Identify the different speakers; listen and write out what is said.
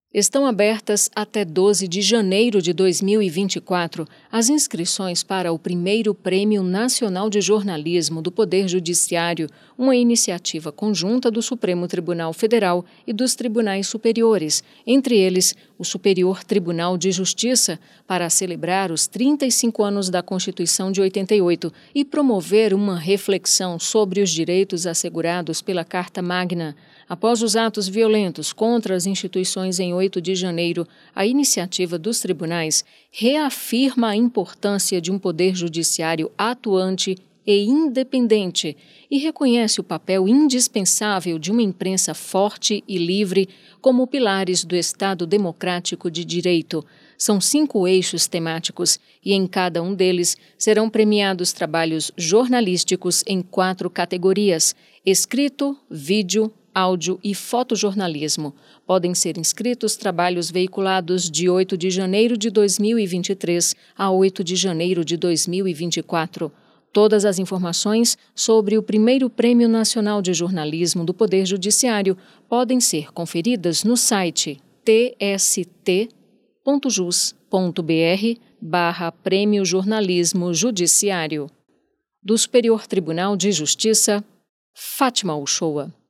Speaker 1: Estão abertas até 12 de janeiro de 2024 as inscrições para o primeiro Prêmio Nacional de Jornalismo do Poder Judiciário, uma iniciativa conjunta do Supremo Tribunal Federal e dos tribunais superiores, entre eles o Superior Tribunal de Justiça, para celebrar os 35 anos da Constituição de 88 e promover uma reflexão sobre os direitos assegurados pela Carta Magna. Após os atos violentos contra as instituições em 8 de janeiro, a iniciativa dos tribunais reafirma a importância de um poder judiciário atuante e independente e reconhece o papel indispensável de uma imprensa forte e livre como pilares do Estado democrático de direito. São 5 eixos temáticos e em cada um deles serão premiados trabalhos jornalísticos em 4 categorias: escrito, vídeo, áudio e fotojornalismo. Podem ser inscritos trabalhos veiculados de 8 de janeiro de 2023 a 8 de janeiro de 2024. Todas as informações sobre o primeiro Prêmio Nacional de Jornalismo do Poder Judiciário podem ser conferidas no site tst.jus.br/Prêmio Jornalismo Judiciário. Do Superior Tribunal de Justiça, Fátima Uchoa.